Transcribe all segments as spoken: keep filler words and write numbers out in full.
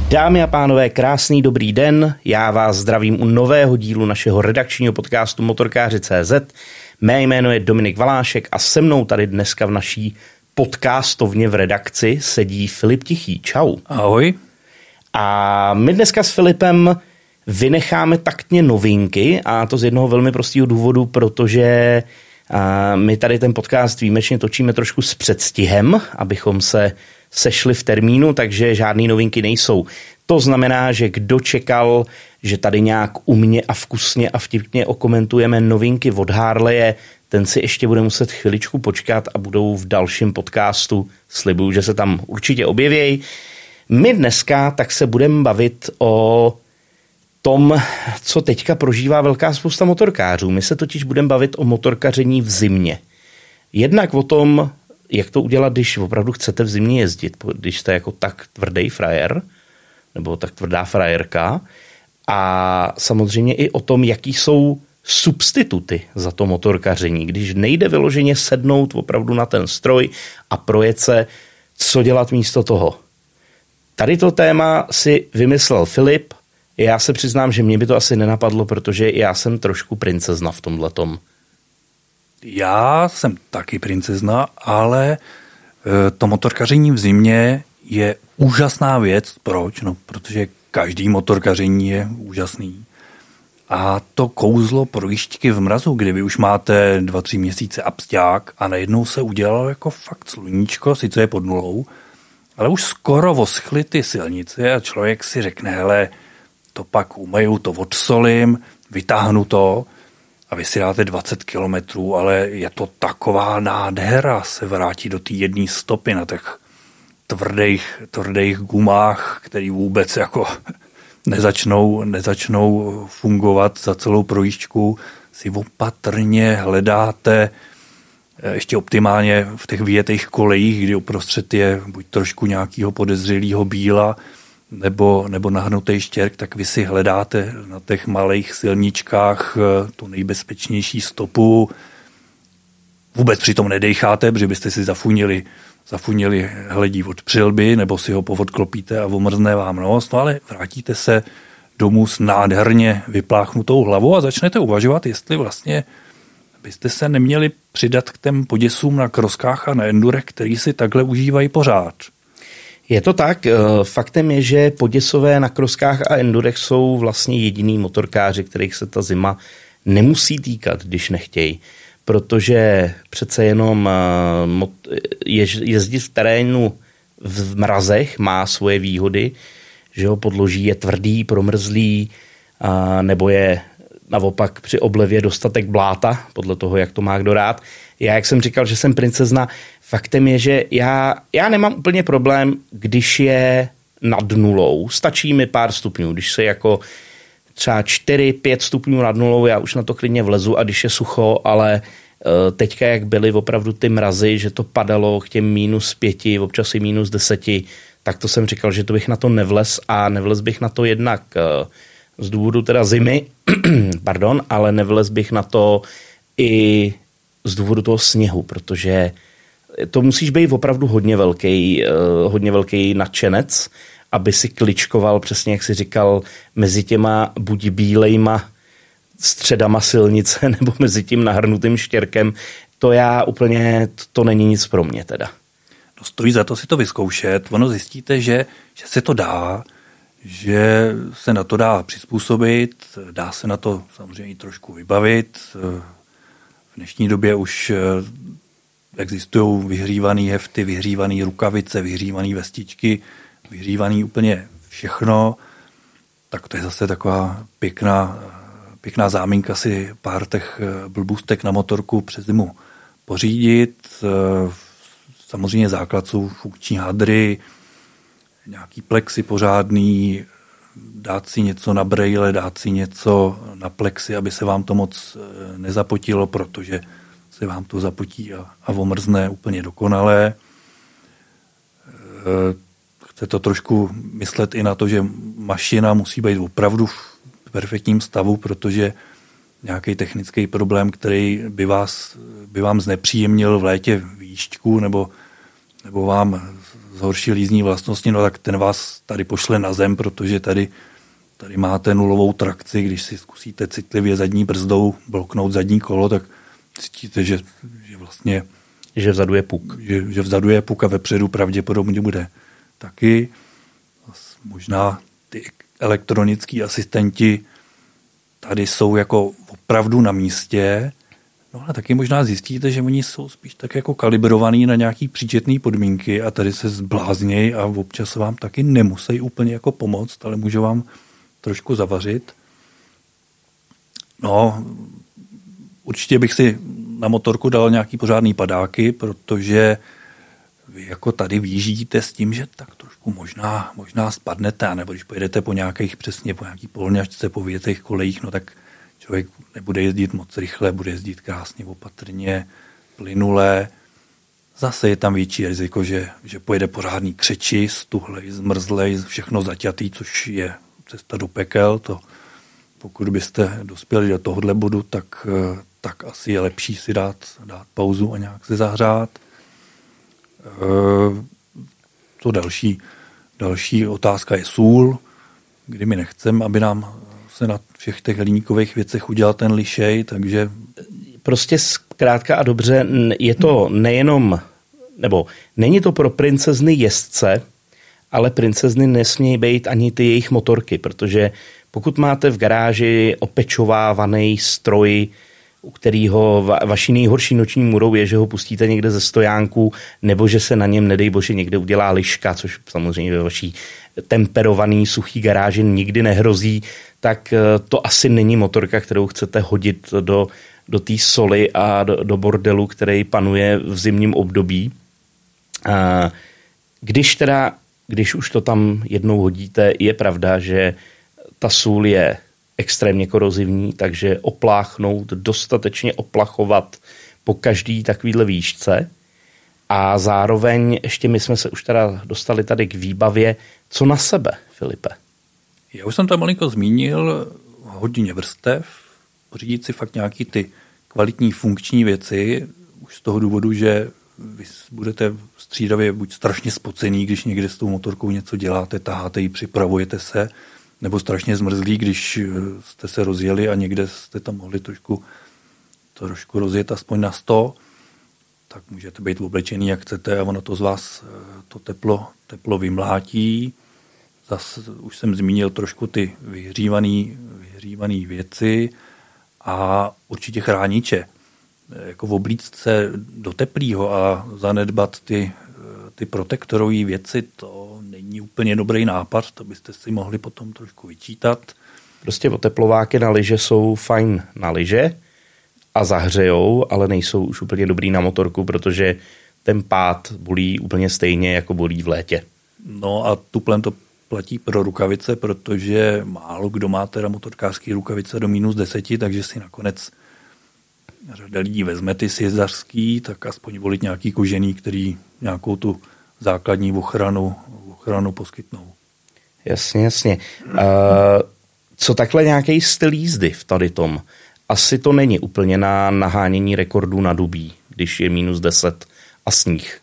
Dámy a pánové, krásný dobrý den, já vás zdravím u nového dílu našeho redakčního podcastu Motorkáři tečka cé zet. Mé jméno je Dominik Valášek a se mnou tady dneska v naší podcastovně v redakci sedí Filip Tichý. Čau. Ahoj. A my dneska s Filipem vynecháme taktně novinky, a to z jednoho velmi prostého důvodu, protože my tady ten podcast výjimečně točíme trošku s předstihem, abychom se sešli v termínu, takže žádný novinky nejsou. To znamená, že kdo čekal, že tady nějak umně a vkusně a vtipně okomentujeme novinky od Harleje, ten si ještě bude muset chviličku počkat a budou v dalším podcastu. Slibuju, že se tam určitě objevějí. My dneska tak se budeme bavit o tom, co teďka prožívá velká spousta motorkářů. My se totiž budeme bavit o motorkaření v zimě. Jednak o tom, jak to udělat, když opravdu chcete v zimě jezdit, když jste jako tak tvrdý frajer, nebo tak tvrdá frajerka. A samozřejmě i o tom, jaký jsou substituty za to motorkaření. Když nejde vyloženě sednout opravdu na ten stroj a projet se, co dělat místo toho. Tady to téma si vymyslel Filip. Já se přiznám, že mě by to asi nenapadlo, protože já jsem trošku princezna v tomhletom. Já jsem taky princezna, ale to motorkaření v zimě je úžasná věc. Proč? No, protože každý motorkaření je úžasný. A to kouzlo projížďky v mrazu, kdy vy už máte dva, tři měsíce absťák a najednou se udělalo jako fakt sluníčko, sice je pod nulou, ale už skoro oschly ty silnice a člověk si řekne, hele, to pak umeju, to odsolím, vytáhnu to a vy si dáte dvacet kilometrů, ale je to taková nádhera se vrátit do té jedné stopy na těch tvrdých, tvrdých gumách, který vůbec jako nezačnou, nezačnou fungovat za celou projížďku. Si opatrně hledáte ještě optimálně v těch vyjetých kolejích, kdy uprostřed je buď trošku nějakého podezřelého bíla, nebo, nebo nahnutý štěrk, tak vy si hledáte na těch malých silničkách tu nejbezpečnější stopu. Vůbec přitom nedejcháte, protože byste si zafunili, zafunili hledí od přilby, nebo si ho povodklopíte a omrzne vám nos, no ale vrátíte se domů s nádherně vypláchnutou hlavou a začnete uvažovat, jestli vlastně byste se neměli přidat k těm poděsům na kroskách a na endurech, který si takhle užívají pořád. Je to tak. Faktem je, že poděsové na kroskách a endurech jsou vlastně jediný motorkáři, kterých se ta zima nemusí týkat, když nechtějí. Protože přece jenom jezdit v terénu v mrazech má svoje výhody, že ho podloží je tvrdý, promrzlý, nebo je naopak při oblevě dostatek bláta, podle toho, jak to má kdo rád. Já, jak jsem říkal, že jsem princezna, faktem je, že já, já nemám úplně problém, když je nad nulou. Stačí mi pár stupňů, když se jako třeba čtyři pět stupňů nad nulou, já už na to klidně vlezu a když je sucho, ale teďka, jak byly opravdu ty mrazy, že to padalo k těm mínus pěti, občas i mínus deseti, tak to jsem říkal, že to bych na to nevlez a nevlez bych na to jednak z důvodu teda zimy, pardon, ale nevlez bych na to i z důvodu toho sněhu, protože to musíš být opravdu hodně velký, hodně velký nadšenec, aby si kličkoval, přesně jak si říkal, mezi těma buď bílejma středama silnice nebo mezi tím nahrnutým štěrkem. To já úplně, to není nic pro mě teda. No stojí za to si to vyzkoušet. Ono zjistíte, že, že se to dá, že se na to dá přizpůsobit, dá se na to samozřejmě trošku vybavit. V dnešní době už existují vyhřívané hefty, vyhřívané rukavice, vyhřívané vestičky, vyhřívané úplně všechno. Tak to je zase taková pěkná, pěkná záminka si pár těch blbůstek na motorku přes zimu pořídit. Samozřejmě základ jsou funkční hadry, nějaký plexy pořádný, dát si něco na brejle, dát si něco na plexy, aby se vám to moc nezapotilo, protože se vám to zapotí a, a omrzne úplně dokonale. Chce to trošku myslet i na to, že mašina musí být opravdu v perfektním stavu, protože nějaký technický problém, který by, vás, by vám znepříjemnil v létě výšťku nebo, nebo vám zhoršil jízdní vlastnosti, no tak ten vás tady pošle na zem, protože tady, tady máte nulovou trakci, když si zkusíte citlivě zadní brzdou bloknout zadní kolo, tak cítíte, že, že vlastně... Že vzadu je puk. Že, že vzadu je puk a vepředu pravděpodobně bude taky. Možná ty elektronický asistenti tady jsou jako opravdu na místě, no ale taky možná zjistíte, že oni jsou spíš tak jako kalibrovaný na nějaký příčetné podmínky a tady se zbláznějí a občas vám taky nemusí úplně jako pomoct, ale můžou vám trošku zavařit. No, určitě bych si na motorku dal nějaký pořádný padáky, protože vy jako tady vyjíždíte s tím, že tak trošku možná, možná spadnete, nebo když pojedete po nějakých přesně po nějaký polňačce, po větých kolejích, no tak člověk nebude jezdit moc rychle, bude jezdit krásně, opatrně, plynule. Zase je tam větší riziko, že, že pojede pořádný křeči, stuhlej, zmrzlej, všechno zaťatý, což je cesta do pekel. To, pokud byste dospěli do tohohle bodu, tak, tak asi je lepší si dát, dát pauzu a nějak se zahřát. To další, další otázka je sůl, kdy my nechceme, aby nám se na všech těch hliníkových věcech udělal ten lišej, takže... Prostě zkrátka a dobře, je to nejenom, nebo není to pro princezny jezdce, ale princezny nesmějí být ani ty jejich motorky, protože pokud máte v garáži opečovávaný stroj, u kterého va, vaší nejhorší noční můrou je, že ho pustíte někde ze stojánku, nebo že se na něm, nedej bože, někde udělá liška, což samozřejmě ve vaší temperovaný suchý garáži nikdy nehrozí, tak to asi není motorka, kterou chcete hodit do, do té soli a do, do bordelu, který panuje v zimním období. A když teda, když už to tam jednou hodíte, je pravda, že ta sůl je extrémně korozivní, takže opláchnout, dostatečně oplachovat po každý takovýhle výšce. A zároveň ještě my jsme se už teda dostali tady k výbavě. Co na sebe, Filipe? Já už jsem to malinko zmínil, hodně vrstev, pořídit si fakt nějaký ty kvalitní funkční věci, už z toho důvodu, že vy budete střídavě buď strašně spocený, když někde s tou motorkou něco děláte, taháte ji, připravujete se, nebo strašně zmrzlý, když jste se rozjeli a někde jste tam mohli trošku, trošku rozjet aspoň na sto, tak můžete být oblečený, jak chcete, a ono to z vás to teplo, teplo vymlátí. Zase už jsem zmínil trošku ty vyhřívaný, vyhřívaný věci a určitě chrániče. Jako v oblícce do teplýho a zanedbat ty, ty protektorové věci, to není úplně dobrý nápad, to byste si mohli potom trošku vyčítat. Prostě oteplováky na lyže jsou fajn na lyže a zahřejou, ale nejsou už úplně dobrý na motorku, protože ten pád bolí úplně stejně, jako bolí v létě. No a tuplem to platí pro rukavice, protože málo kdo má teda motorkářský rukavice do minus deseti, takže si nakonec řada lidí vezme ty sjezdařský, tak aspoň volit nějaký kožený, který nějakou tu základní ochranu, ochranu poskytnou. Jasně, jasně. Uh, co takhle nějaký styl jízdy v tady tom? Asi to není úplně na nahánění rekordů na dubí, když je minus deset a sníh.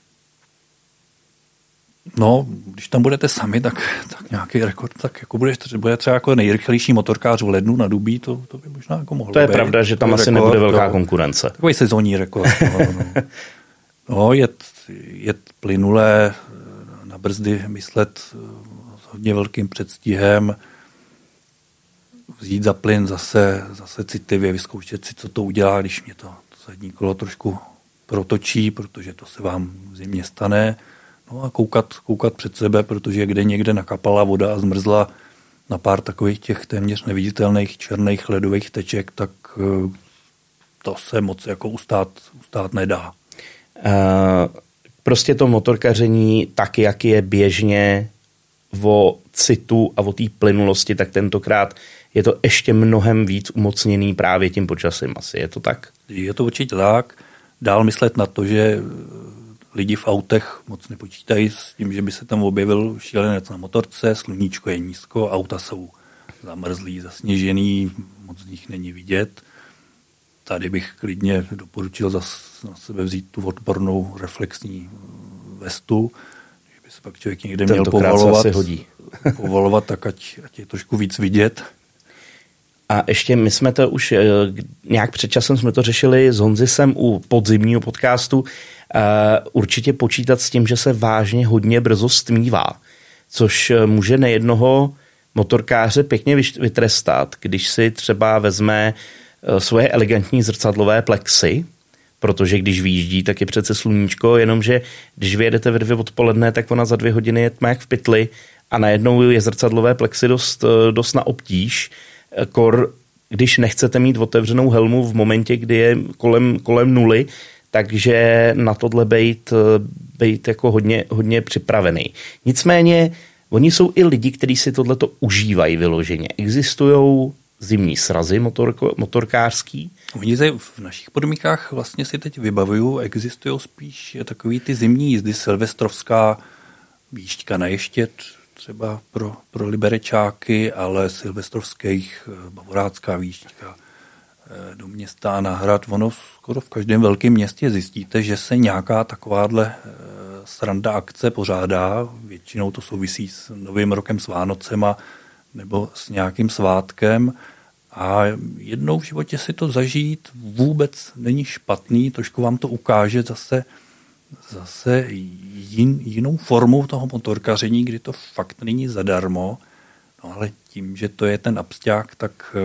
No, když tam budete sami, tak, tak nějaký rekord, tak jako bude, bude třeba jako nejrychlejší motorkář v lednu na dubí, to, to by možná jako mohlo To je být. pravda, že tam to asi rekord, nebude velká no, konkurence. Takový sezónní rekord. No, no. no jet, jet plynulé, na brzdy myslet s hodně velkým předstihem, vzít za plyn zase, zase citlivě, vyzkoušet si, co to udělá, když mě to, to zadní kolo trošku protočí, protože to se vám v zimě stane. No a koukat, koukat před sebe, protože kde někde nakapala voda a zmrzla na pár takových těch téměř neviditelných černých ledových teček, tak to se moc jako ustát, ustát nedá. Uh, prostě to motorkaření, tak jak je běžně o citu a o té plynulosti, tak tentokrát je to ještě mnohem víc umocněný právě tím počasím. Asi je to tak? Je to určitě tak. Dál myslet na to, že lidi v autech moc nepočítají s tím, že by se tam objevil šílenec na motorce, sluníčko je nízko, auta jsou zamrzlý, zasněžený, moc z nich není vidět. Tady bych klidně doporučil zas na sebe vzít tu odpornou reflexní vestu. Když by se pak člověk někde měl povolovat, hodí. povolovat, tak ať, ať je trošku víc vidět. A ještě my jsme to už nějak před časem jsme to řešili s Honzisem u podzimního podcastu. Určitě počítat s tím, že se vážně hodně brzo stmívá, což může nejednoho motorkáře pěkně vytrestat, když si třeba vezme svoje elegantní zrcadlové plexy, protože když vyjíždí, tak je přece sluníčko, jenomže když vyjedete ve dvě odpoledne, tak ona za dvě hodiny je tma jak v pytli a najednou je zrcadlové plexy dost, dost na obtíž. Kor, když nechcete mít otevřenou helmu v momentě, kdy je kolem, kolem nuly, takže na tohle bejt, bejt jako hodně, hodně připravený. Nicméně, oni jsou i lidi, kteří si tohleto užívají vyloženě. Existují zimní srazy motorko, motorkářský. Oni se v našich podmínkách vlastně si teď vybavují, existují spíš takový ty zimní jízdy, silvestrovská výšťka na ještět, třeba pro, pro liberečáky, ale silvestrovských bavorácká výšťka do města a na hrad. Ono skoro v každém velkém městě zjistíte, že se nějaká takováhle sranda akce pořádá. Většinou to souvisí s Novým rokem, s Vánocema nebo s nějakým svátkem. A jednou v životě si to zažít vůbec není špatný, trošku vám to ukáže zase, zase jin, jinou formu toho motorkaření, kdy to fakt není zadarmo, no ale tím, že to je ten absťák, tak,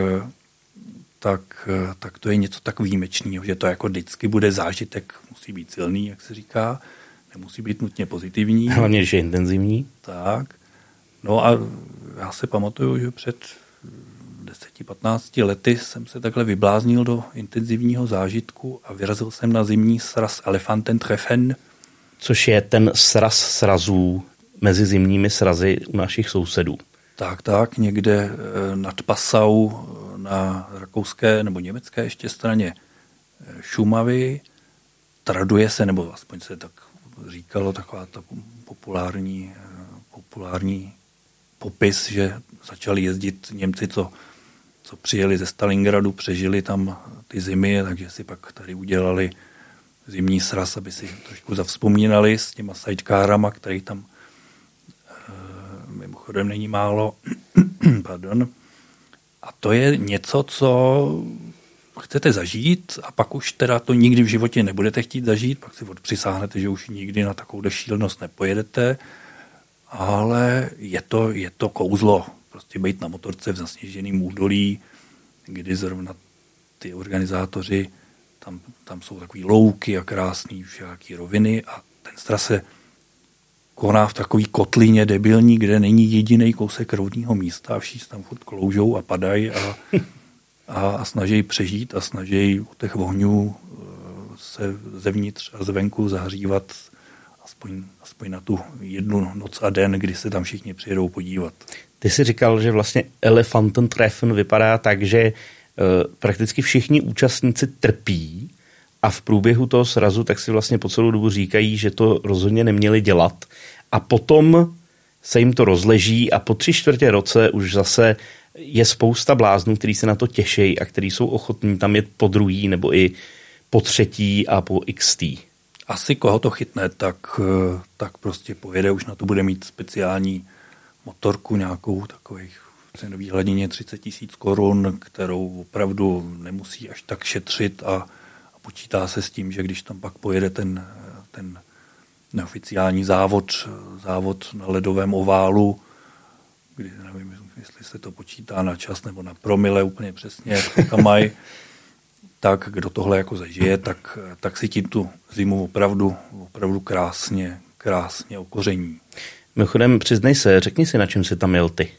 tak, tak to je něco tak výjimečného, že to jako vždycky bude zážitek, musí být silný, jak se říká, nemusí být nutně pozitivní. Hlavně, že je intenzivní. Tak, no a já si pamatuju, že před deset patnáct lety jsem se takhle vybláznil do intenzivního zážitku a vyrazil jsem na zimní sraz Elefantentreffen. Což je ten sraz srazů mezi zimními srazy u našich sousedů. Tak, tak, někde nad Passau na rakouské nebo německé ještě straně Šumavy. Traduje se, nebo aspoň se tak říkalo, taková ta populární, populární popis, že začali jezdit Němci, co co přijeli ze Stalingradu, přežili tam ty zimy, takže si pak tady udělali zimní sraz, aby si trošku zavzpomínali s těma sidekárama, který tam e, mimochodem není málo. Pardon. A to je něco, co chcete zažít a pak už teda to nikdy v životě nebudete chtít zažít, pak si odpřisáhnete, že už nikdy na takovou šílenost nepojedete, ale je to, je to kouzlo. Prostě být na motorce v zasněženém údolí, kdy zrovna ty organizátoři, tam, tam jsou takový louky a krásný všaký roviny a ten sraz se koná v takový kotlině debilní, kde není jediný kousek rovného místa a všichni tam furt kloužou a padají a, a, a snaží přežít a snaží u těch ohňů se zevnitř a zvenku zahřívat aspoň, aspoň na tu jednu noc a den, kdy se tam všichni přijedou podívat. Ty jsi říkal, že vlastně Elefantentreffen vypadá tak, že e, prakticky všichni účastníci trpí a v průběhu toho srazu tak si vlastně po celou dobu říkají, že to rozhodně neměli dělat a potom se jim to rozleží a po tři čtvrtě roce už zase je spousta bláznů, kteří se na to těší a kteří jsou ochotní tam jet po druhý nebo i po třetí a po iks té. Asi koho to chytne, tak, tak prostě pojede, už na to bude mít speciální motorku nějakou takových v cenové hladině třicet tisíc korun, kterou opravdu nemusí až tak šetřit a, a počítá se s tím, že když tam pak pojede ten, ten neoficiální závod, závod na ledovém oválu, kdy nevím, jestli se to počítá na čas nebo na promile úplně přesně, jak tam mají, tak kdo tohle jako zažije, tak, tak si tím tu zimu opravdu, opravdu krásně, krásně okoření. Mimochodem, přiznej se, řekni si, na čem jsi tam jel ty.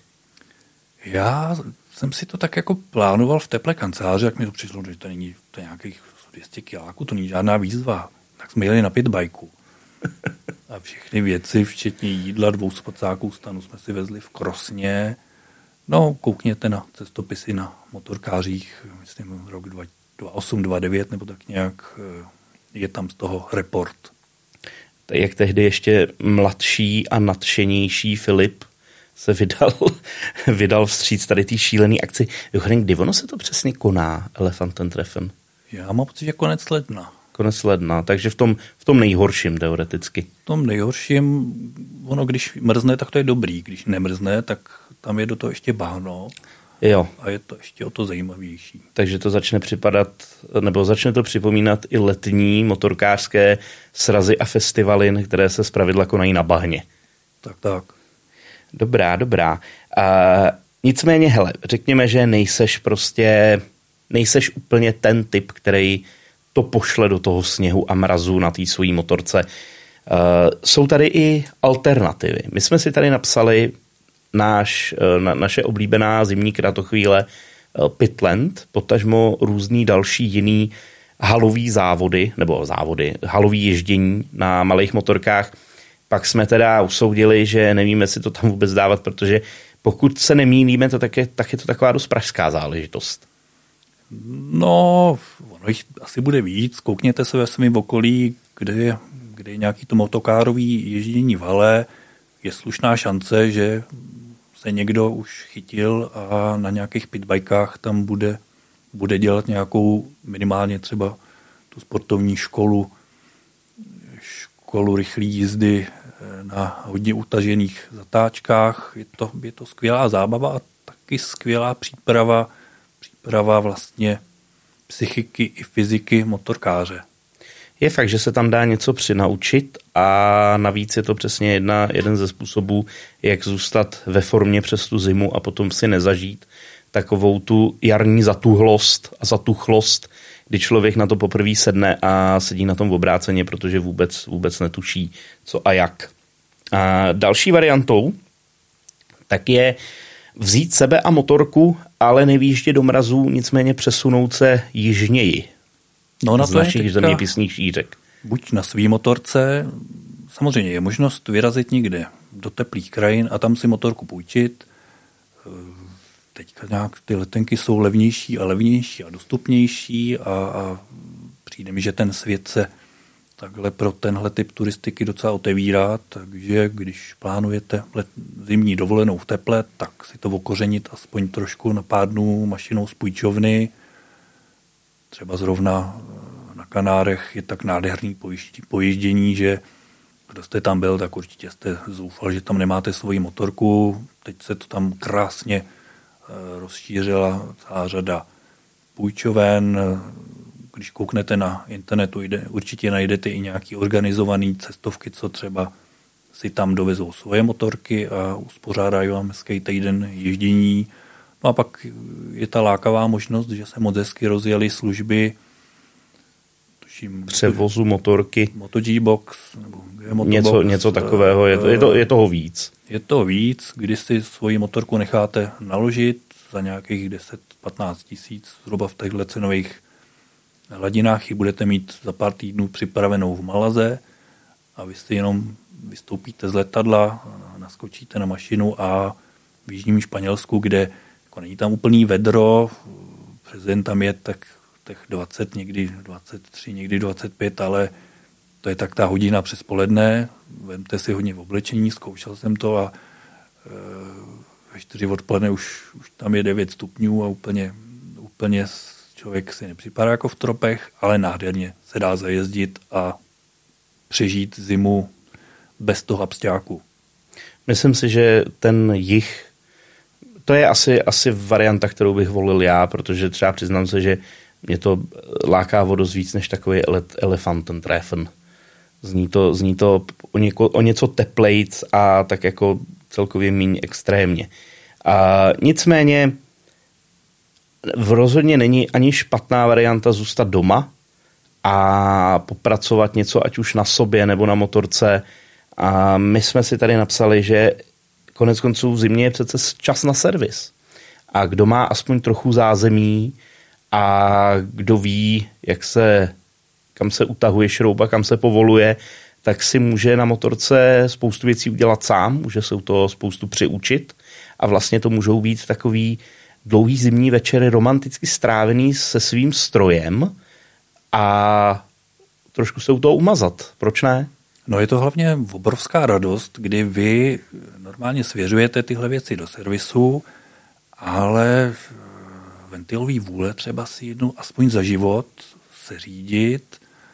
Já jsem si to tak jako plánoval v teplé kanceláři, jak mi to přišlo, že to není to nějakých dvě stě kiláků, to není žádná výzva. Tak jsme jeli na pitbajku. A všechny věci, včetně jídla, dvou spacáků stanu jsme si vezli v Krosně. No, koukněte na cestopisy na motorkářích, myslím rok dva tisíce osm dva tisíce devět nebo tak nějak, je tam z toho report. Jak tehdy ještě mladší a nadšenější Filip se vydal, vydal vstříc tady té šílený akci. Kdy ono se to přesně koná, Elefantentreffen? Já mám pocit, že konec ledna. Konec ledna, takže v tom, v tom nejhorším teoreticky. V tom nejhorším, ono když mrzne, tak to je dobrý, když nemrzne, tak tam je do toho ještě bahno. Jo. A je to ještě o to zajímavější. Takže to začne připadat, nebo začne to připomínat i letní motorkářské srazy a festivaly, které se zpravidla konají na bahně. Tak, tak. Dobrá, dobrá. Uh, nicméně, hele, řekněme, že nejseš prostě, nejseš úplně ten typ, který to pošle do toho sněhu a mrazu na té svojí motorce. Uh, jsou tady i alternativy. My jsme si tady napsali náš, na, naše oblíbená zimní kratochvíle Pitland, potažmo různý další jiný halový závody, nebo závody, halový ježdění na malých motorkách. Pak jsme teda usoudili, že nevíme, jestli to tam vůbec dávat, protože pokud se nemýlíme, to tak je, tak je to taková dost pražská záležitost. No, ono jich asi bude víc. Koukněte se ve svém okolí, kde je, kde je nějaký to motokárový ježdění v hale. Je slušná šance, že se někdo už chytil a na nějakých pitbajkách tam bude, bude dělat nějakou minimálně třeba tu sportovní školu, školu rychlé jízdy na hodně utažených zatáčkách. Je to, je to skvělá zábava a taky skvělá příprava, příprava vlastně psychiky i fyziky motorkáře. Je fakt, že se tam dá něco přinaučit a navíc je to přesně jedna, jeden ze způsobů, jak zůstat ve formě přes tu zimu a potom si nezažít takovou tu jarní zatuhlost a zatuchlost, kdy člověk na to poprvé sedne a sedí na tom obráceně, protože vůbec, vůbec netuší, co a jak. A další variantou tak je vzít sebe a motorku, ale nevýjíždět do mrazu, nicméně přesunout se jižněji. No, na z našich zeměpisných šířek. Buď na svý motorce, samozřejmě je možnost vyrazit někde do teplých krajin a tam si motorku půjčit. Teďka nějak ty letenky jsou levnější a levnější a dostupnější a, a přijde mi, že ten svět se takhle pro tenhle typ turistiky docela otevírá, takže když plánujete let, zimní dovolenou v teple, tak si to okořenit aspoň trošku na pár dnů mašinou z půjčovny. Třeba zrovna na Kanárech je tak nádherný pojíždění, že kdo jste tam byl, tak určitě jste zoufal, že tam nemáte svoji motorku. Teď se to tam krásně rozšířila celá řada půjčoven. Když kouknete na internetu, určitě najdete i nějaký organizovaný cestovky, co třeba si tam dovezou svoje motorky a uspořádají vám hezký týden ježdění. No a pak je ta lákavá možnost, že se moc hezky rozjeli služby tuším, převozu motorky. MotoG-Box nebo Motobox, něco, něco takového, je, to, je, to, je toho víc. Je to víc, když si svoji motorku necháte naložit za nějakých deset patnáct tisíc, zhruba v těchto cenových hladinách ji budete mít za pár týdnů připravenou v Malaze a vy si jenom vystoupíte z letadla, naskočíte na mašinu a v jižním Španělsku, kde jako není tam úplný vedro, prezident tam je tak těch dvacet, někdy dvacet tři, někdy dvacet pět, ale to je tak ta hodina přes poledne, vemte si hodně v oblečení, zkoušel jsem to a ve čtyři odpoledne už, už tam je devět stupňů a úplně, úplně člověk si nepřipadá jako v tropech, ale nádherně se dá zajezdit a přežít zimu bez toho absťáku. Myslím si, že ten jih, to je asi, asi varianta, kterou bych volil já, protože třeba přiznám se, že mě to láká o dost víc než takový Elefantentreffen. Zní to, zní to o, něko, o něco teplejc a tak jako celkově míň extrémně. A nicméně v rozhodně není ani špatná varianta zůstat doma a popracovat něco, ať už na sobě nebo na motorce. A my jsme si tady napsali, že konec konců v zimě je přece čas na servis. A kdo má aspoň trochu zázemí a kdo ví, jak se, kam se utahuje šrouba, kam se povoluje, tak si může na motorce spoustu věcí udělat sám, může se u toho spoustu přiučit a vlastně to můžou být takový dlouhý zimní večery romanticky strávený se svým strojem a trošku se u toho umazat. Proč ne? No je to hlavně obrovská radost, kdy vy normálně svěřujete tyhle věci do servisu, ale ventilový vůle třeba si jednou aspoň za život se řídit,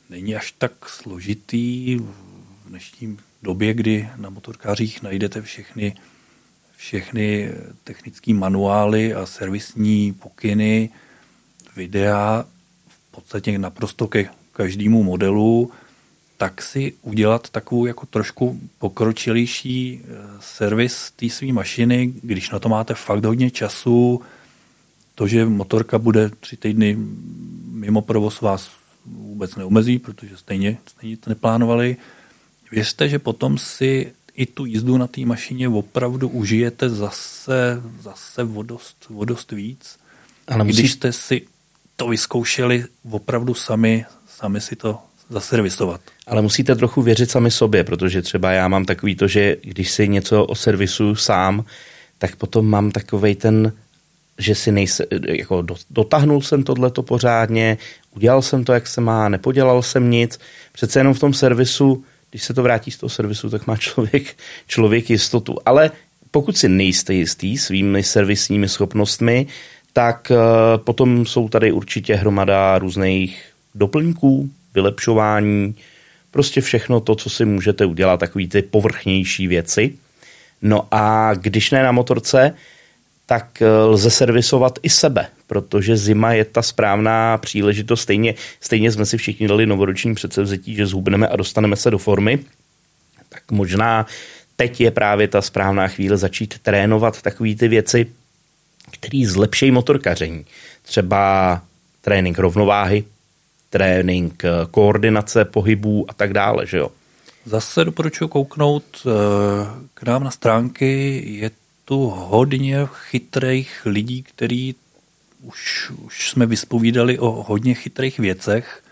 není až tak složitý v dnešní době, kdy na motorkářích najdete všechny, všechny technické manuály a servisní pokyny, videa, v podstatě naprosto ke každému modelu, tak si udělat takovou jako trošku pokročilejší servis té své mašiny, když na to máte fakt hodně času. To, že motorka bude tři týdny mimo provoz, vás vůbec neomezí, protože stejně, stejně to neplánovali. Věřte, že potom si i tu jízdu na té mašině opravdu užijete zase, zase o dost, o dost víc. Ale musí... Když jste si to vyzkoušeli opravdu sami, sami si to zaservisovat. Ale musíte trochu věřit sami sobě, protože třeba já mám takový to, že když si něco oservisuju sám, tak potom mám takovej ten, že si nejse, jako dotáhnul jsem tohleto pořádně, udělal jsem to, jak se má, nepodělal jsem nic. Přece jenom v tom servisu, když se to vrátí z toho servisu, tak má člověk, člověk jistotu. Ale pokud si nejste jistý svými servisními schopnostmi, tak potom jsou tady určitě hromada různých doplňků, vylepšování, prostě všechno to, co si můžete udělat, takový ty povrchnější věci. No a když ne na motorce, tak lze servisovat i sebe, protože zima je ta správná příležitost. Stejně, stejně jsme si všichni dali novoroční předsevzetí, že zhubneme a dostaneme se do formy. Tak možná teď je právě ta správná chvíle začít trénovat takové ty věci, které zlepšejí motorkaření. Třeba trénink rovnováhy, trénink koordinace pohybů a tak dále, že jo? Zase doporučuji kouknout k nám na stránky. Je tu hodně chytrých lidí, který už, už jsme vyspovídali o hodně chytrých věcech.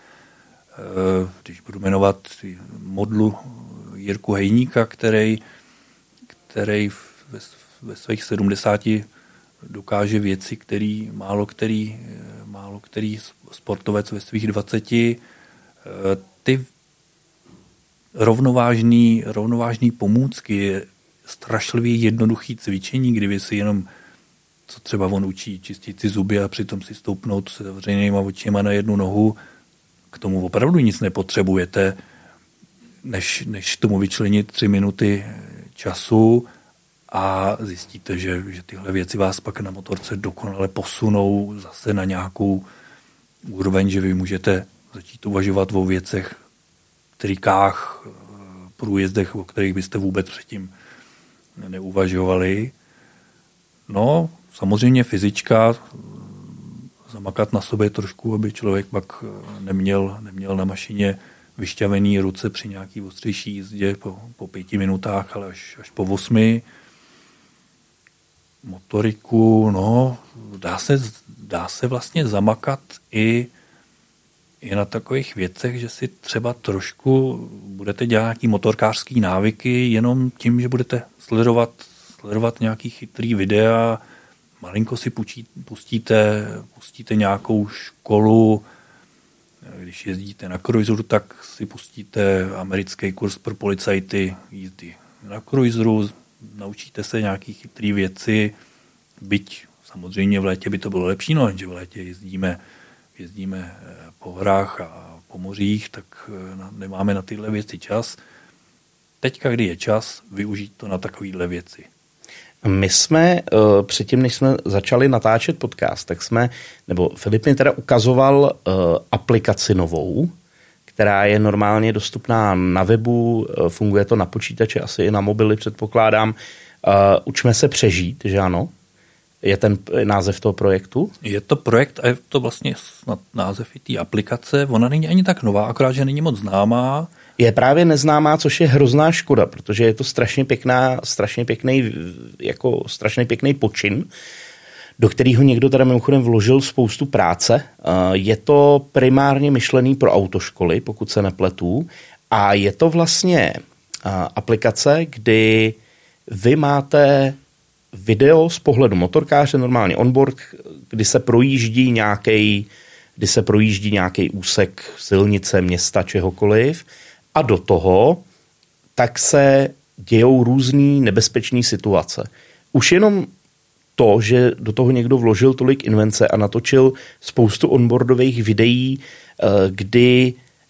Když budu jmenovat modlu Jirku Hejníka, který, který ve, ve svých sedmdesáti dokáže věci, který málo který, málo který sportovec ve svých dvaceti. Ty rovnovážný, rovnovážný pomůcky je strašlivě jednoduchý cvičení, kdyby si jenom, co třeba on učí, čistit si zuby a přitom si stoupnout se zavřenýma očima na jednu nohu, k tomu opravdu nic nepotřebujete, než, než tomu vyčlenit tři minuty času a zjistíte, že, že tyhle věci vás pak na motorce dokonale posunou zase na nějakou úroveň, že vy můžete začít uvažovat o věcech, trikách, průjezdech, o kterých byste vůbec předtím neuvažovali. No, samozřejmě fyzička, zamakat na sobě trošku, aby člověk pak neměl, neměl na mašině vyšťavený ruce při nějaký ostřejší jízdě po, po pěti minutách, ale až, až po osmi. Motoriku, no, dá se, dá se vlastně zamakat i, i na takových věcech, že si třeba trošku budete dělat nějaký motorkářský návyky jenom tím, že budete sledovat, sledovat nějaký chytrý videa, malinko si pustíte, pustíte nějakou školu, když jezdíte na cruiseru, tak si pustíte americký kurz pro policajty jízdy na cruiseru, naučíte se nějaký chytrý věci, byť samozřejmě v létě by to bylo lepší, no, že v létě jezdíme, jezdíme po horách a po mořích, tak nemáme na tyhle věci čas. Teďka, kdy je čas, využít to na takovéhle věci. My jsme předtím, než jsme začali natáčet podcast, tak jsme, nebo Filip mi teda ukazoval aplikaci novou, která je normálně dostupná na webu, funguje to na počítači, asi i na mobily, předpokládám. Učme se přežít, že ano? Je ten název toho projektu? Je to projekt a je to vlastně snad název i té aplikace. Ona není ani tak nová, akorát, že není moc známá. Je právě neznámá, což je hrozná škoda, protože je to strašně pěkná, strašně pěkný, jako strašně pěkný počin, do kterého někdo teda mimochodem vložil spoustu práce. Je to primárně myšlený pro autoškoly, pokud se nepletu, a je to vlastně aplikace, kdy vy máte video z pohledu motorkáře, normálně onboard, kdy se projíždí nějaký, kdy se projíždí nějaký úsek silnice, města, čehokoliv, a do toho tak se dějou různý nebezpečné situace. Už jenom to, že do toho někdo vložil tolik invence a natočil spoustu onboardových videí, kdy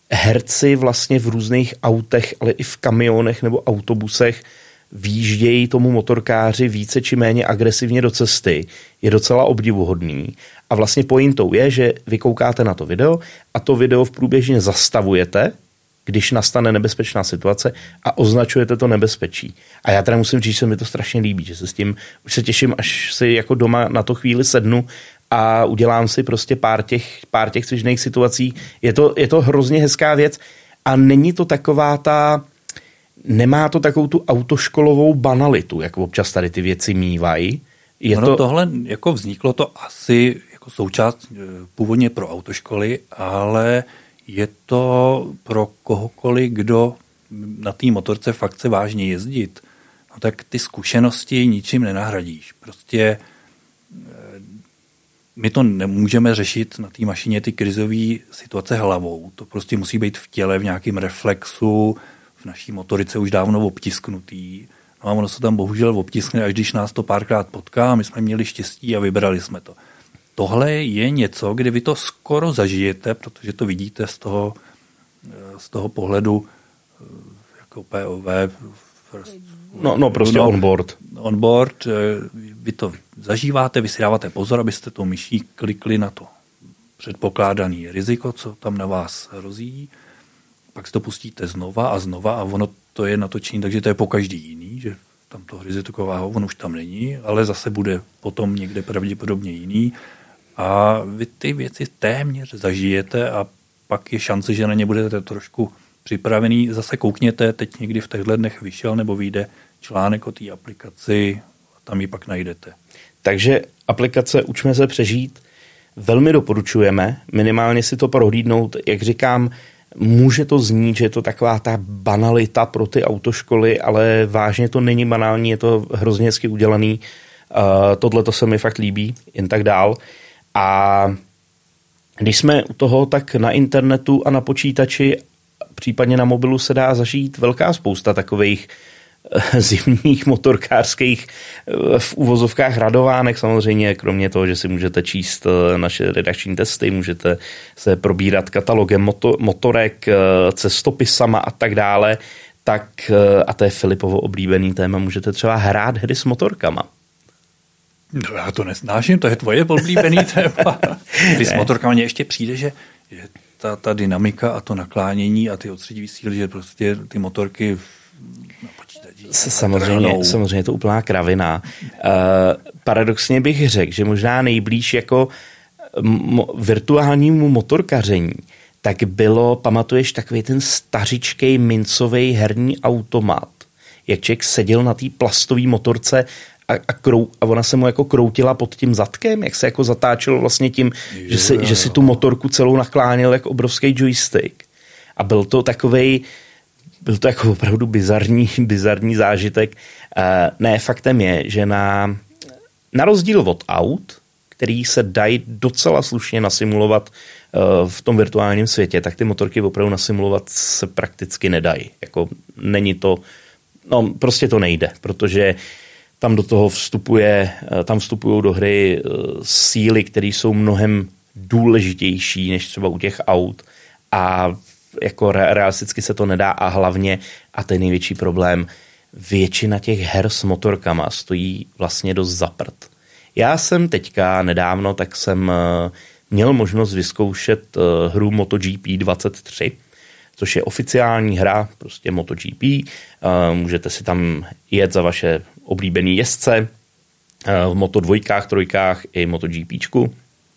herci vlastně v různých autech, ale i v kamionech nebo autobusech výjíždějí tomu motorkáři více či méně agresivně do cesty, je docela obdivuhodný. A vlastně pointou je, že vy koukáte na to video a to video v průběžně zastavujete, když nastane nebezpečná situace a označujete to nebezpečí. A já teda musím říct, že se mi to strašně líbí, že se s tím už se těším, až si jako doma na to chvíli sednu a udělám si prostě pár těch, pár těch svižných situací. Je to, je to hrozně hezká věc a není to taková ta, nemá to takovou tu autoškolovou banalitu, jak občas tady ty věci mívají. Je ono to... tohle jako vzniklo to asi jako součást původně pro autoškoly, ale je to pro kohokoliv, kdo na té motorce fakt chce vážně jezdit. No tak ty zkušenosti ničím nenahradíš. Prostě my to nemůžeme řešit na té mašině ty krizové situace hlavou. To prostě musí být v těle, v nějakém reflexu, v naší motorice už dávno obtisknutý. No a ono se tam bohužel obtiskne, až když nás to párkrát potká, my jsme měli štěstí a vybrali jsme to. Tohle je něco, kde vy to skoro zažijete, protože to vidíte z toho, z toho pohledu jako P O V. No, no prostě no, onboard. Onboard, vy to zažíváte, vy si dáváte pozor, abyste tou myší klikli na to předpokládaný riziko, co tam na vás hrozí, pak si to pustíte znova a znova a ono to je natočení, takže to je po každý jiný, že tam toho rizikového, on už tam není, ale zase bude potom někde pravděpodobně jiný a vy ty věci téměř zažijete a pak je šance, že na ně budete trošku připravený. Zase koukněte, teď někdy v těchto dnech vyšel nebo vyjde článek o té aplikaci a tam ji pak najdete. Takže aplikace Učme se přežít velmi doporučujeme, minimálně si to prohlídnout, jak říkám, může to znít, že je to taková ta banalita pro ty autoškoly, ale vážně to není banální, je to hrozně hezky udělaný. Uh, tohle to se mi fakt líbí, jen tak dál. A když jsme u toho, tak na internetu a na počítači, případně na mobilu se dá zažít velká spousta takových zimních motorkářských v uvozovkách radovánek, samozřejmě kromě toho, že si můžete číst naše redakční testy, můžete se probírat katalogem moto, motorek, cestopisama a tak dále, tak, a to je Filipovo oblíbený téma, můžete třeba hrát hry s motorkama. No já to nesnáším, to je tvoje oblíbený téma. Hry s motorkama mně ještě přijde, že, že ta, ta dynamika a to naklánění a ty odstředivý síly, že prostě ty motorky na počítači samozřejmě, samozřejmě je to úplná kravina. Uh, paradoxně bych řekl, že možná nejblíž jako mo- virtuálnímu motorkaření tak bylo, pamatuješ, takový ten stařičkej mincovej herní automat, jak člověk seděl na té plastové motorce a, a, krou, a ona se mu jako kroutila pod tím zadkem, jak se jako zatáčelo vlastně tím, že si, že si tu motorku celou nakláněl jako obrovský joystick. A byl to takovej, byl to jako opravdu bizarní, bizarní zážitek. Uh, ne, faktem je, že na, na rozdíl od aut, který se dají docela slušně nasimulovat uh, v tom virtuálním světě, tak ty motorky opravdu nasimulovat se prakticky nedají. Jako není to, no prostě to nejde, protože tam do toho vstupuje, tam vstupují do hry síly, které jsou mnohem důležitější než třeba u těch aut a jako realisticky se to nedá a hlavně, a to je největší problém, většina těch her s motorkama stojí vlastně dost za prd. Já jsem teďka nedávno, tak jsem měl možnost vyzkoušet hru MotoGP dvacet tři, což je oficiální hra, prostě MotoGP. Můžete si tam jet za vaše oblíbený jezdce v Moto dvojkách, trojkách i MotoGPčku.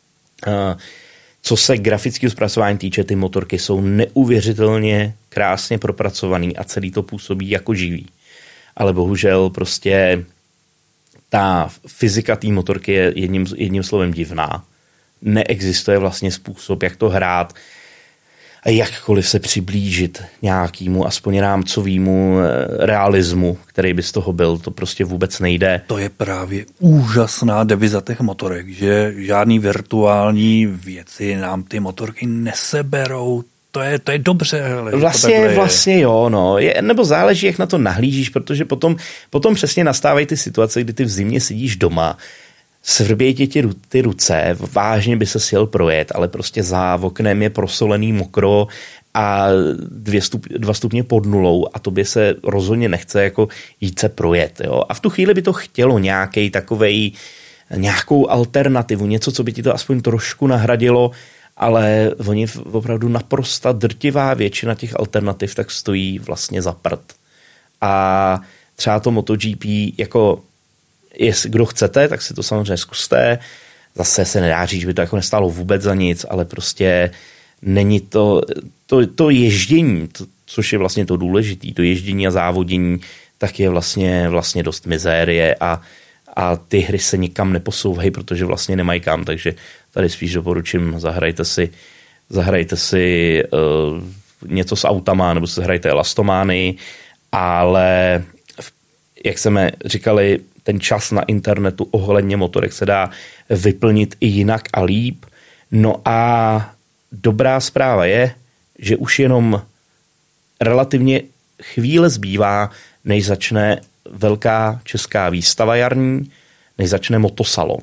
Co se grafického zpracování týče, ty motorky jsou neuvěřitelně krásně propracovaný a celý to působí jako živý. Ale bohužel prostě ta fyzika té motorky je jedním, jedním slovem divná. Neexistuje vlastně způsob, jak to hrát a jakkoliv se přiblížit nějakému aspoň rámcovému realismu, který by z toho byl, to prostě vůbec nejde. To je právě úžasná deviza těch motorek, že žádný virtuální věci nám ty motorky neseberou. To je, to je dobře. Ale vlastně, je. vlastně jo, no. Je, nebo záleží, jak na to nahlížíš, protože potom, potom přesně nastávají ty situace, kdy ty v zimě sedíš doma, svrbějí tě ty, ty ruce, vážně by se sjel projet, ale prostě za oknem je prosolený mokro a dvě stup, dva stupně pod nulou a tobě se rozhodně nechce jako jít se projet. Jo? A v tu chvíli by to chtělo nějaký takovej, nějakou alternativu, něco, co by ti to aspoň trošku nahradilo, ale oni opravdu naprosto drtivá většina těch alternativ tak stojí vlastně za prd. A třeba to MotoGP, jako jestli kdo chcete, tak si to samozřejmě zkuste. Zase se nedá říct, že by to jako nestálo vůbec za nic, ale prostě není to, to, to ježdění, to, což je vlastně to důležité, to ježdění a závodění, tak je vlastně, vlastně dost mizérie a, a ty hry se nikam neposouvají, protože vlastně nemají kam, takže tady spíš doporučím, zahrajte si, zahrajte si uh, něco s autama, nebo se hrajte elastomány, ale jak jsme říkali, ten čas na internetu ohledně motorek se dá vyplnit i jinak a líp. No a dobrá zpráva je, že už jenom relativně chvíle zbývá, než začne velká česká výstava jarní, než začne motosalon.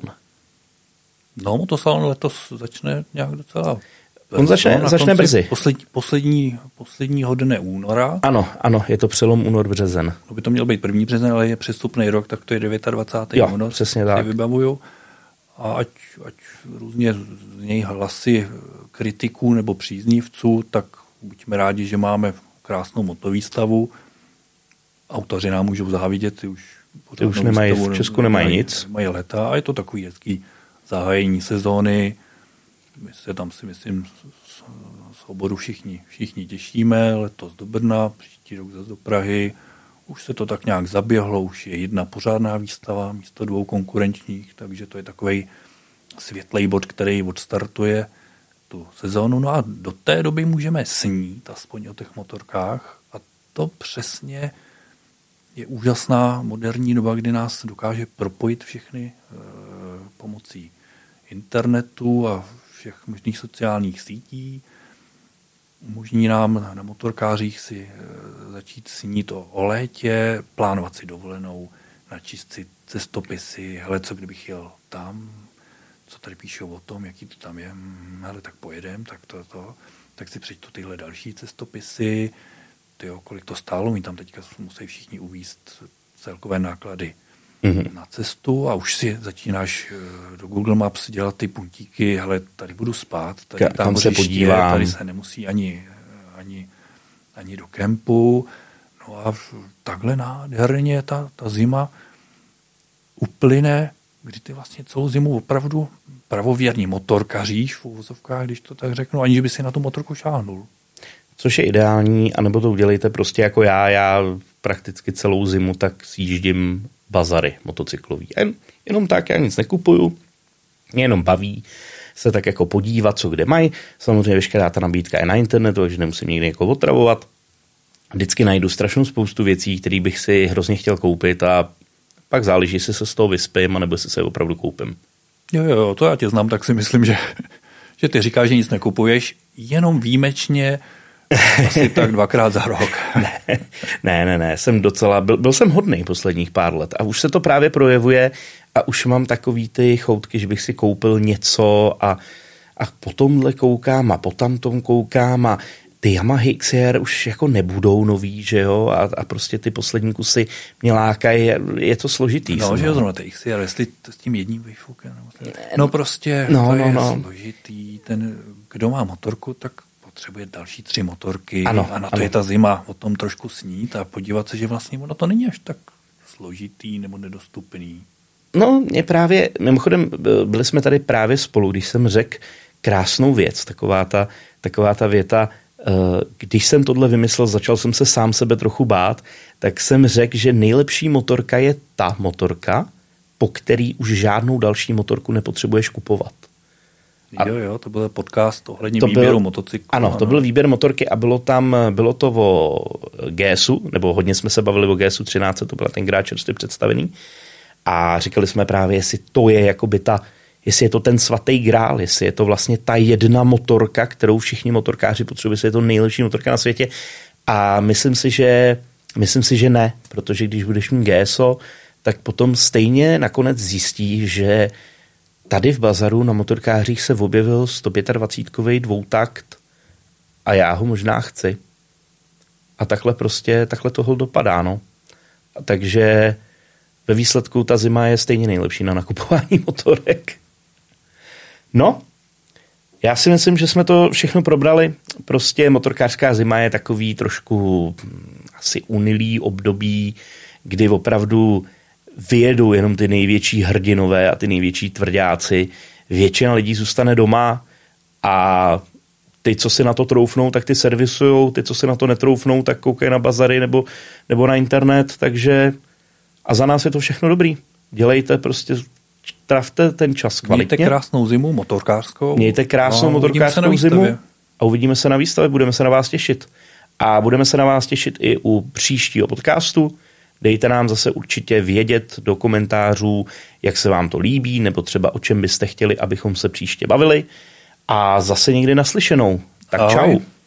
No, motosalon letos začne nějak docela... On začne, začne brzy. Poslední, poslední, posledního dne února. Ano, ano, je to přelom únor březen. No by to měl být první březen, ale je přestupný rok, tak to je dvacátého devátého únor. Přesně tak. Vybavuju. A ať, ať různě z něj hlasy kritiků nebo příznivců, tak buďme rádi, že máme krásnou motovýstavu. Autoři nám můžou závidět, ty už, ty už nemají, v Česku nemají, nemají nic. Mají leta a je to takový hezký zahájení sezóny. My se tam si myslím z, z oboru všichni, všichni těšíme, letos do Brna, příští rok zase do Prahy. Už se to tak nějak zaběhlo, už je jedna pořádná výstava místo dvou konkurenčních, takže to je takovej světlej bod, který odstartuje tu sezónu. No a do té doby můžeme snít, aspoň o těch motorkách. A to přesně je úžasná moderní doba, kdy nás dokáže propojit všechny e, pomocí internetu a všech možných sociálních sítí. Umožní nám na motorkářích si e, začít snít o, o létě, plánovat si dovolenou, načíst si cestopisy, hele, co kdybych jel tam, co tady píšou o tom, jaký to tam je, hele, tak pojedem, tak to, to, tak si přečtu tyhle další cestopisy, tyjo, kolik to stálo, mi tam teďka musí všichni uvízt celkové náklady mm-hmm. na cestu a už si začínáš do Google Maps dělat ty puntíky, hele, tady budu spát, tady Ka- tam se podívám. Tady se nemusí ani, ani, ani do kempu. No a takhle nádherně ta, ta zima uplyne, kdy ty vlastně celou zimu opravdu pravověrně motorkaříš v uvozovkách, když to tak řeknu, aniž by si na tu motorku šáhnul. Což je ideální, anebo to udělejte prostě jako já, já prakticky celou zimu tak sjíždím bazary motocyklový. Jen, jenom tak, já nic nekupuju, mě jenom baví se tak jako podívat, co kde mají. Samozřejmě veškerá ta nabídka je na internetu, takže nemusím nikdy jako otravovat. Vždycky najdu strašnou spoustu věcí, které bych si hrozně chtěl koupit a pak záleží, jestli se z toho vyspím, anebo jestli se opravdu koupím. Jo, jo, to já tě znám, tak si myslím, že, že ty říkáš, že nic nekupuješ, jenom výjimečně asi tak dvakrát za rok. ne, ne, ne, ne, jsem docela, byl, byl jsem hodnej posledních pár let a už se to právě projevuje a už mám takový ty choutky, že bych si koupil něco a, a po tomhle koukám a po tamtom koukám a ty Yamaha X R už jako nebudou nový, že jo, a, a prostě ty poslední kusy mě lákají, je, je to složitý. No, že jo, zrovna ty X R, jestli to s tím jedním výfukem, no prostě no, to no, je no. složitý, ten, kdo má motorku, tak potřebuje další tři motorky ano, a na to ano. je ta zima, o tom trošku snít a podívat se, že vlastně ono to není až tak složitý nebo nedostupný. No, mě právě, mimochodem, byli jsme tady právě spolu, když jsem řekl krásnou věc, taková ta, taková ta věta, když jsem tohle vymyslel, začal jsem se sám sebe trochu bát, tak jsem řekl, že nejlepší motorka je ta motorka, po který už žádnou další motorku nepotřebuješ kupovat. A jo, jo, to byl podcast ohledně výběru byl, motocyklu. Ano, ano, to byl výběr motorky a bylo tam, bylo to o G S u, nebo hodně jsme se bavili o G S u třináct, to byl tenkrát čerstvě představený. A říkali jsme právě, jestli to je jakoby ta, jestli je to ten svatý grál, jestli je to vlastně ta jedna motorka, kterou všichni motorkáři potřebují, jestli je to nejlepší motorka na světě. A myslím si, že, myslím si, že ne, protože když budeš mít G S O, tak potom stejně nakonec zjistíš, že tady v bazaru na motorkářích se objevil sto dvacet pětkový dvoutakt a já ho možná chci. A takhle prostě, takhle tohle dopadá, no. A takže ve výsledku ta zima je stejně nejlepší na nakupování motorek. No, já si myslím, že jsme to všechno probrali. Prostě motorkářská zima je takový trošku asi unilý období, kdy opravdu vyjedou jenom ty největší hrdinové a ty největší tvrdáci. Většina lidí zůstane doma a ty, co si na to troufnou, tak ty servisujou, ty, co si na to netroufnou, tak koukají na bazary nebo, nebo na internet, takže a za nás je to všechno dobrý. Dělejte prostě, trávte ten čas kvalitně. Mějte krásnou zimu motorkářskou. Mějte krásnou no, motorkářskou zimu a uvidíme se na výstavě, budeme se na vás těšit. A budeme se na vás těšit i u příštího podcastu. Dejte nám zase určitě vědět do komentářů, jak se vám to líbí, nebo třeba o čem byste chtěli, abychom se příště bavili. A zase někdy naslyšenou. Tak Ahoj. čau.